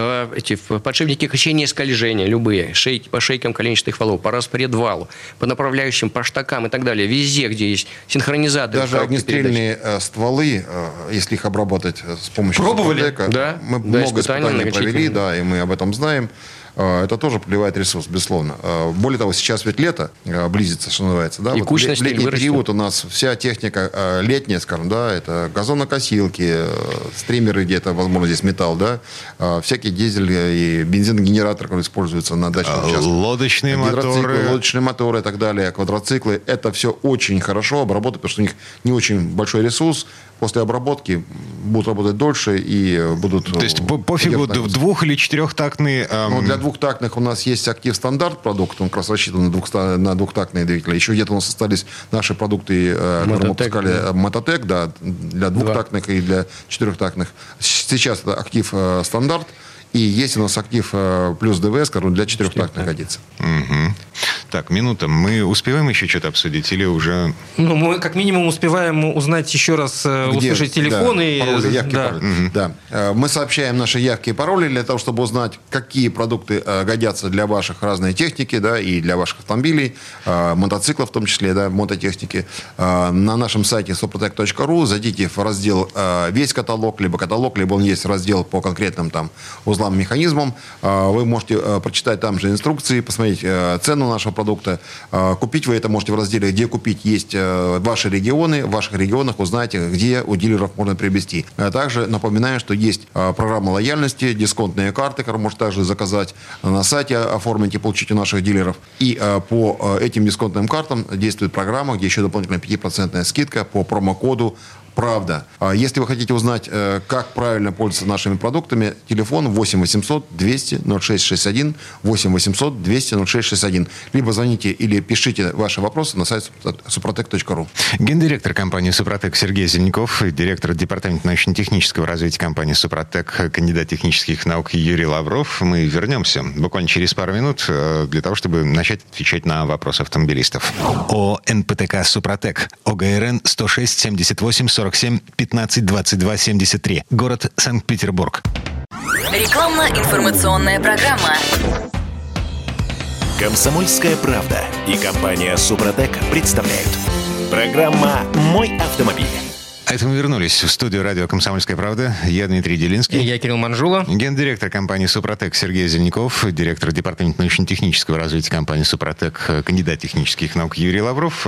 подшипники качения и скольжения, любые, по шейкам коленчатых валов, по распредвалу, по направляющим, по штакам и так далее. Везде, где есть синхронизаторы. Даже огнестрельные стволы, если их обработать с помощью Супротека, да, мы много испытаний провели, да, и мы об этом знаем. Это тоже продлевает ресурс, безусловно. Более того, сейчас ведь лето близится, что называется. Да? И вот кучность летний период у нас вся техника летняя, скажем, да, это газонокосилки, стримеры, где это, возможно, здесь металл, да, всякие дизель и бензиногенераторы, которые используются на дачных участках. Лодочные моторы и так далее, квадроциклы. Это все очень хорошо обработать, потому что у них не очень большой ресурс. После обработки будут работать дольше и будут... То есть пофигу, двух- или четырехтактные... Для двухтактных у нас есть актив стандарт продукт, он как раз рассчитан на двухтактные двигатели. Еще где-то у нас остались наши продукты, которые мы выпускали, Мототек, да, для двухтактных и для четырехтактных. Сейчас это актив стандарт. И есть у нас актив плюс ДВС, который для четырехтактных годится. Угу. Так, минута. Мы успеваем еще что-то обсудить или уже... Мы как минимум успеваем узнать еще раз, услышать телефон. Да, пароли, явки, пароли. Угу. Да. Мы сообщаем наши явки и пароли для того, чтобы узнать, какие продукты годятся для ваших разной техники, да, и для ваших автомобилей, мотоциклов в том числе, да, мототехники. На нашем сайте suprotec.ru зайдите в раздел «Весь каталог», либо он есть раздел по конкретным там узлам, механизмам. Вы можете прочитать там же инструкции, посмотреть цену нашего продукта. Купить вы это можете в разделе «Где купить» есть ваши регионы. В ваших регионах узнаете, где у дилеров можно приобрести. Также напоминаю, что есть программа лояльности, дисконтные карты, которые можно также заказать на сайте, оформить и получить у наших дилеров. И по этим дисконтным картам действует программа, где еще дополнительная 5% скидка по промокоду «Правда». Если вы хотите узнать, как правильно пользоваться нашими продуктами, телефон 8 800 200 0661, 8 800 200 0661. Либо звоните или пишите ваши вопросы на сайт suprotec.ru. Гендиректор компании «Супротек» Сергей Зеленков, директор департамента научно-технического развития компании «Супротек», кандидат технических наук Юрий Лавров. Мы вернемся буквально через пару минут для того, чтобы начать отвечать на вопросы автомобилистов. ООО «НПТК Супротек», ОГРН 106 78 47 15 22 73. Город Санкт-Петербург. Рекламно-информационная программа. «Комсомольская правда» и компания «Супротек» представляют. Программа «Мой автомобиль». А это мы вернулись в студию радио «Комсомольская правда». Я Дмитрий Делинский. Я Кирилл Манжула. Гендиректор компании «Супротек» Сергей Зеленков, директор департамента научно-технического развития компании «Супротек», кандидат технических наук Юрий Лавров.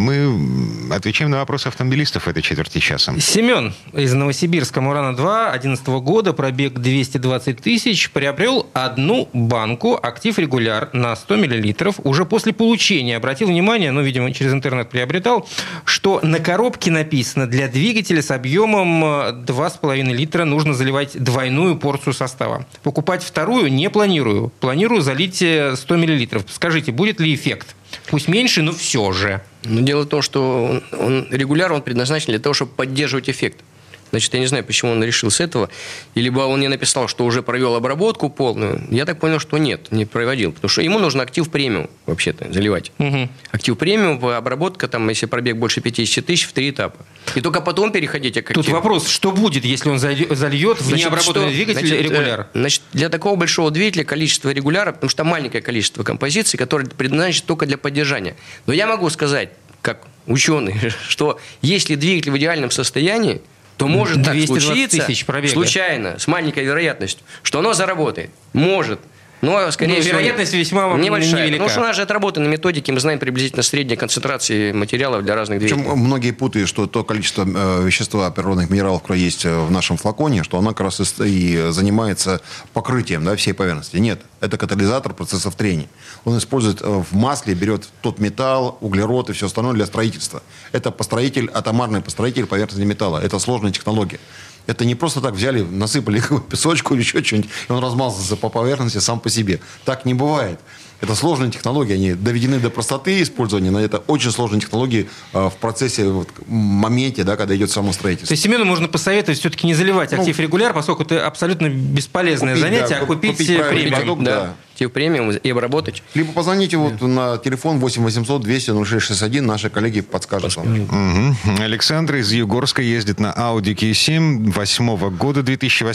Мы отвечаем на вопросы автомобилистов в этой четверти часа. Семен из Новосибирска, Мурана-2, 2011 года, пробег 220 тысяч, приобрел одну банку «Актив Регуляр» на 100 мл. Уже после получения обратил внимание, видимо, через интернет приобретал, что на коробке написано: для двигателя с объемом 2,5 литра нужно заливать двойную порцию состава. Покупать вторую не планирую. Планирую залить 100 мл. Скажите, будет ли эффект? Пусть меньше, но все же. Дело в том, что регуляр он предназначен для того, чтобы поддерживать эффект. Значит, я не знаю, почему он решил с этого. И либо он не написал, что уже провел обработку полную. Я так понял, что нет, не проводил. Потому что ему нужно актив премиум вообще-то заливать. Угу. Актив премиум, обработка, если пробег больше 50 тысяч, в 3 этапа. И только потом переходить к активу. Тут вопрос, что будет, если он зальет в необработанный двигатель регуляр? Значит, для такого большого двигателя количество регуляра, потому что маленькое количество композиций, которые предназначены только для поддержания. Но я могу сказать, как ученый, что если двигатель в идеальном состоянии, то может так случиться случайно, с маленькой вероятностью, что оно заработает. Может. Но, скорее всего, вероятность весьма небольшая. невелика. Потому что у нас же отработаны методики, мы знаем приблизительно средние концентрации материалов для разных двигателей. Причем многие путают, что то количество вещества, природных минералов, которое есть в нашем флаконе, что оно как раз и занимается покрытием всей поверхности. Нет, это катализатор процессов трения. Он использует в масле, берет тот металл, углерод и все остальное для строительства. Это построитель, атомарный построитель поверхности металла. Это сложная технология. Это не просто так взяли, насыпали песочку или еще что-нибудь, и он размазался по поверхности сам по себе. Так не бывает. Это сложные технологии, они доведены до простоты использования, но это очень сложные технологии в процессе, моменте, когда идет само строительство. То есть Семену можно посоветовать все-таки не заливать актив регуляр, поскольку это абсолютно бесполезное занятие, а купить премиум. Продукт, актив премиум и обработать. Либо позвоните на телефон 8 800 200 0661, наши коллеги подскажут вам. Угу. Александр из Югорска ездит на Audi Q7 8 года,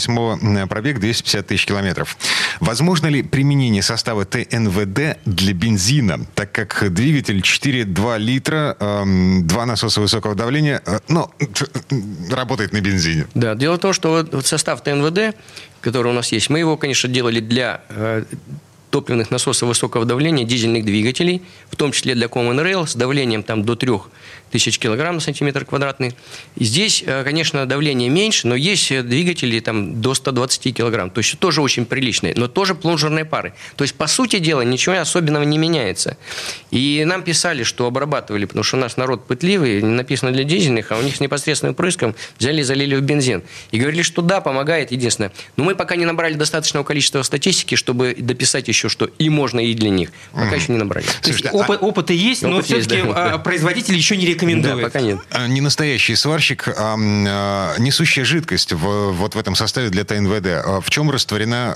2008 пробег 250 тысяч километров. Возможно ли применение состава ТНВД для бензина, так как двигатель 4,2 литра, 2 насоса высокого давления, работает на бензине? Да, дело в том, что состав ТНВД, который у нас есть, мы его, конечно, делали для топливных насосов высокого давления, дизельных двигателей, в том числе для Common Rail, с давлением до 3000 килограмм на сантиметр квадратный. И здесь, конечно, давление меньше, но есть двигатели до 120 килограмм. То есть тоже очень приличные, но тоже плунжерные пары. То есть, по сути дела, ничего особенного не меняется. И нам писали, что обрабатывали, потому что у нас народ пытливый, написано для дизельных, а у них с непосредственным прыском взяли и залили в бензин. И говорили, что да, помогает, единственное. Но мы пока не набрали достаточного количества статистики, чтобы дописать еще, что и можно, и для них. Пока еще не набрали. Слушайте, опыт есть, но все-таки производитель еще не рекомендует. Да, пока нет. Не настоящий сварщик, а несущая жидкость в этом составе для ТНВД. В чем растворена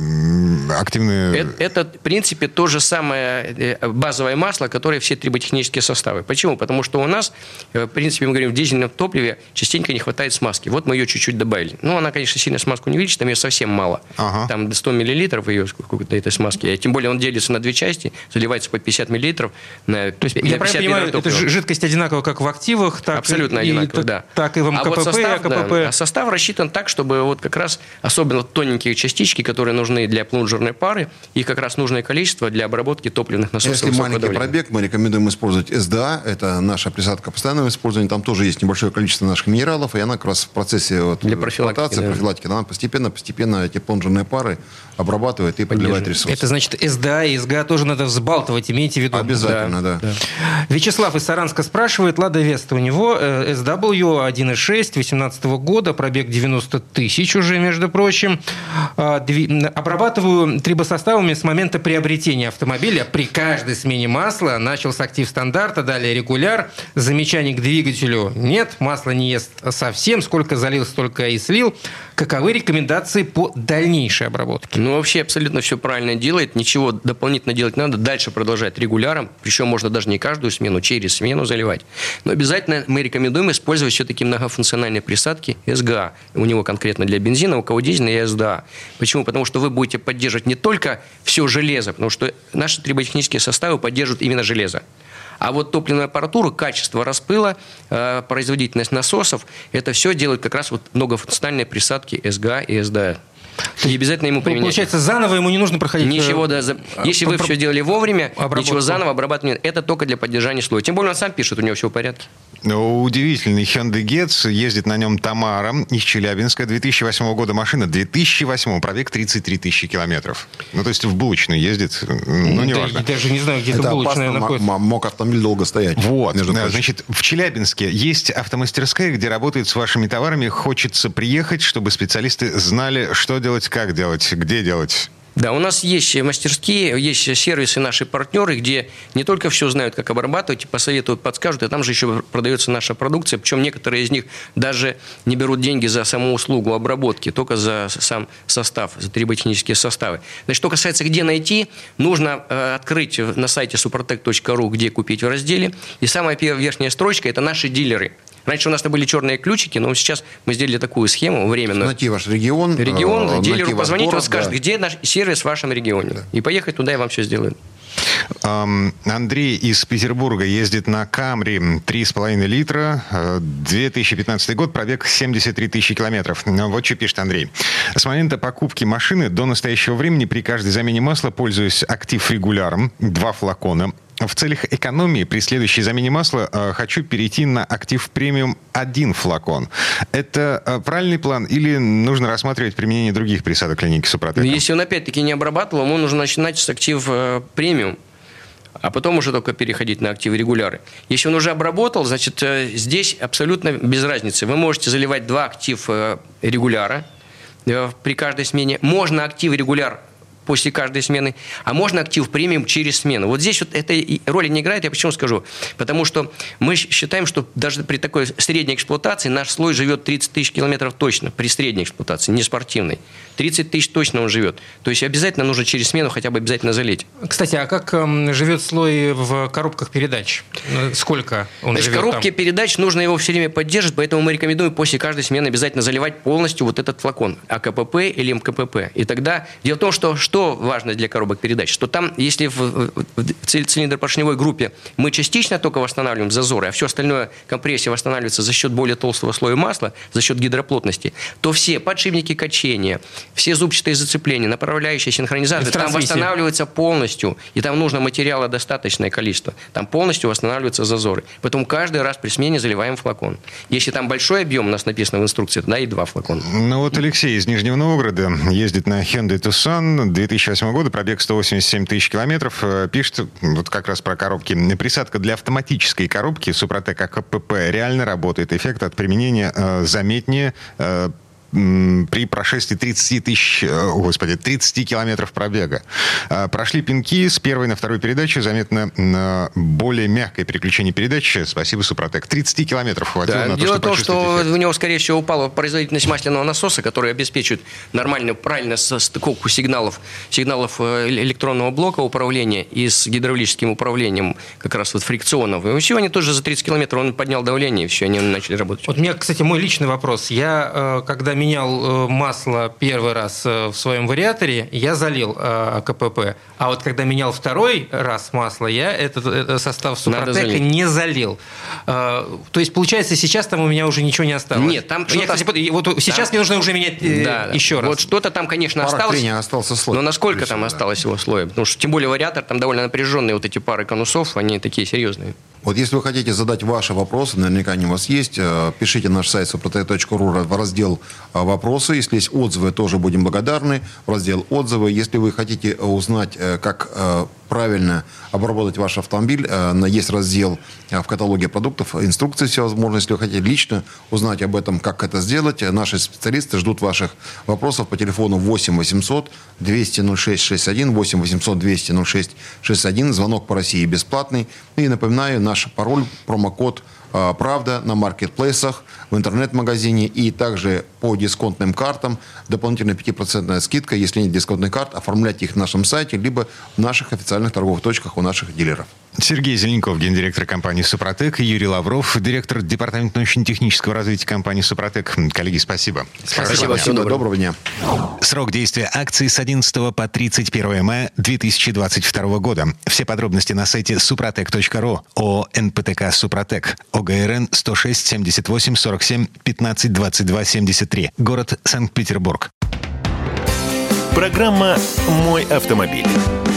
активная... Это, в принципе, то же самое базовое масло, которое все триботехнические составы. Почему? Потому что у нас, в принципе, мы говорим, в дизельном топливе частенько не хватает смазки. Вот мы ее чуть-чуть добавили. Она, конечно, сильно смазку не увеличит, там ее совсем мало. Ага. Там до 100 миллилитров ее, сколько-то этой смазки. маске. Тем более он делится на две части, заливается по 50 миллилитров. То есть, я правильно понимаю, это жидкость одинаковая как в активах, так абсолютно одинаковая, да. Так и в МКПП, вот состав, АКПП. Да, а состав рассчитан так, чтобы вот как раз особенно тоненькие частички, которые нужны для плунжерной пары, их как раз нужное количество для обработки топливных насосов. Если маленький пробег, мы рекомендуем использовать СДА. Это наша присадка постоянного использования. Там тоже есть небольшое количество наших минералов, и она как раз в процессе для профилактики, она постепенно эти плунжерные пары обрабатывает и продлевает ресурс. Это значит, СДА и СГА тоже надо взбалтывать, имейте в виду. Обязательно, да. Вячеслав из Саранска спрашивает, Лада Веста у него, SW 1.6 2018 года, пробег 90 тысяч уже, между прочим. Обрабатываю трибосоставами с момента приобретения автомобиля. При каждой смене масла начал с актив стандарта, далее регуляр. Замечаний к двигателю нет, масло не ест совсем. Сколько залил, столько и слил. Каковы рекомендации по дальнейшей обработке? Ну, вообще абсолютно все правильно делает. Ничего дополнительно делать не надо. Дальше продолжать регуляром. Причем можно даже не каждую смену, через смену заливать. Но обязательно мы рекомендуем использовать все-таки многофункциональные присадки СГА. У него конкретно для бензина, у кого дизельный и СДА. Почему? Потому что вы будете поддерживать не только все железо, потому что наши триботехнические составы поддерживают именно железо. А вот топливную аппаратуру, качество распыла, производительность насосов, это все делают как раз вот многофункциональные присадки СГА и СДА. И обязательно ему применять. Получается, заново ему не нужно проходить... Ничего, да. Если вы все делали вовремя, ничего заново обрабатывать нет. Это только для поддержания слоя. Тем более он сам пишет, у него все в порядке. Удивительный Hyundai Getz. Ездит на нем Тамара из Челябинска. 2008 года машина. 2008. Пробег 33 тысячи километров. Ну, то есть в булочную ездит. Ну, неважно. Я даже не знаю, где это булочная находится. Мог автомобиль долго стоять. Вот. Значит, в Челябинске есть автомастерская, где работают с вашими товарами. Хочется приехать, чтобы специалисты знали, что делать, как делать, где делать. Да, у нас есть мастерские, есть сервисы, наши партнеры, где не только все знают, как обрабатывать, посоветуют, подскажут, а там же еще продается наша продукция, причем некоторые из них даже не берут деньги за саму услугу обработки, только за сам состав, за триботехнические составы. Значит, что касается, где найти, нужно открыть на сайте suprotec.ru, где купить в разделе, и самая первая верхняя строчка – это наши дилеры. Раньше у нас были черные ключики, но сейчас мы сделали такую схему временную. Найти ваш регион. Дилеру позвонить, он скажет, где наш сервис в вашем регионе. Да. И поехать туда, и вам все сделают. Андрей из Петербурга ездит на Камри 3,5 литра, 2015 год, пробег 73 тысячи километров. Вот что пишет Андрей. С момента покупки машины до настоящего времени при каждой замене масла пользуюсь актив регуляром, 2 флакона. В целях экономии при следующей замене масла хочу перейти на актив премиум 1 флакон. Это правильный план или нужно рассматривать применение других присадок линейки Супротек? Если он опять-таки не обрабатывал, ему нужно начинать с актив премиум, а потом уже только переходить на актив регуляры. Если он уже обработал, значит, здесь абсолютно без разницы. Вы можете заливать 2 актив регуляра при каждой смене. Можно актив регуляр после каждой смены, а можно актив премиум через смену. Вот здесь вот этой роли не играет, я почему скажу? Потому что мы считаем, что даже при такой средней эксплуатации наш слой живет 30 тысяч километров точно, при средней эксплуатации, не спортивной. 30 тысяч точно он живет. То есть обязательно нужно через смену хотя бы обязательно залить. Кстати, а как живет слой в коробках передач? Сколько он живет там? В коробке передач нужно его все время поддерживать, поэтому мы рекомендуем после каждой смены обязательно заливать полностью вот этот флакон АКПП или МКПП. И тогда дело в том, что важно для коробок передач, что там, если в цилиндропоршневой группе мы частично только восстанавливаем зазоры, а все остальное компрессия восстанавливается за счет более толстого слоя масла, за счет гидроплотности, то все подшипники качения, все зубчатые зацепления, направляющие синхронизаторы, там восстанавливаются полностью, и там нужно материала достаточное количество, там полностью восстанавливаются зазоры. Поэтому каждый раз при смене заливаем флакон. Если там большой объем, у нас написано в инструкции, тогда и 2 флакона. Ну вот Алексей из Нижнего Новгорода ездит на Hyundai Tucson 2008 года, пробег 187 тысяч километров. Пишет вот как раз про коробки. Присадка для автоматической коробки Супротек АКПП реально работает. Эффект от применения заметнее при прошествии 30 километров пробега. Прошли пинки с первой на вторую передачу. Заметно более мягкое переключение передач. Спасибо, Супротек. 30 километров хватило на то, дело чтобы почувствовать эффект. Дело в том, что у него, скорее всего, упала производительность масляного насоса, который обеспечивает нормальную, правильно стыковку сигналов электронного блока управления и с гидравлическим управлением как раз вот фрикционного. И все, они тоже за 30 километров он поднял давление, и все, они начали работать. Вот у меня, кстати, мой личный вопрос. Я, когда менял масло первый раз в своем вариаторе, я залил КПП. А вот когда менял второй раз масло, я этот состав Супротека не залил. То есть, получается, сейчас там у меня уже ничего не осталось. Нет, там что-то... Сейчас мне нужно уже менять еще раз. Вот что-то там, конечно, остался слой. Но насколько там осталось его слоя? Потому что, тем более, вариатор, там довольно напряженные вот эти пары конусов, они такие серьезные. Вот если вы хотите задать ваши вопросы, наверняка они у вас есть, пишите на наш сайт suprotec.ru в раздел «Вопросы». Если есть отзывы, тоже будем благодарны. В раздел «Отзывы». Если вы хотите узнать, как правильно обработать ваш автомобиль, есть раздел в каталоге продуктов, инструкции всевозможные. Если вы хотите лично узнать об этом, как это сделать, наши специалисты ждут ваших вопросов по телефону 8 800 200 06 61, 8 800 200 06 61. Звонок по России бесплатный. И напоминаю, наш пароль, промокод «Правда» на маркетплейсах, в интернет-магазине и также по дисконтным картам. Дополнительная 5% скидка. Если нет дисконтных карт, оформляйте их на нашем сайте, либо в наших официальных торговых точках у наших дилеров. Сергей Зеленков, гендиректор компании «Супротек», и Юрий Лавров, директор департамента научно-технического развития компании «Супротек». Коллеги, спасибо. Спасибо. Всего доброго дня. Срок действия акции с 11 по 31 мая 2022 года. Все подробности на сайте suprotec.ru. ООО «НПТК Супротек». ОГРН 106 78 47 15 22 73. Город Санкт-Петербург. Программа «Мой автомобиль».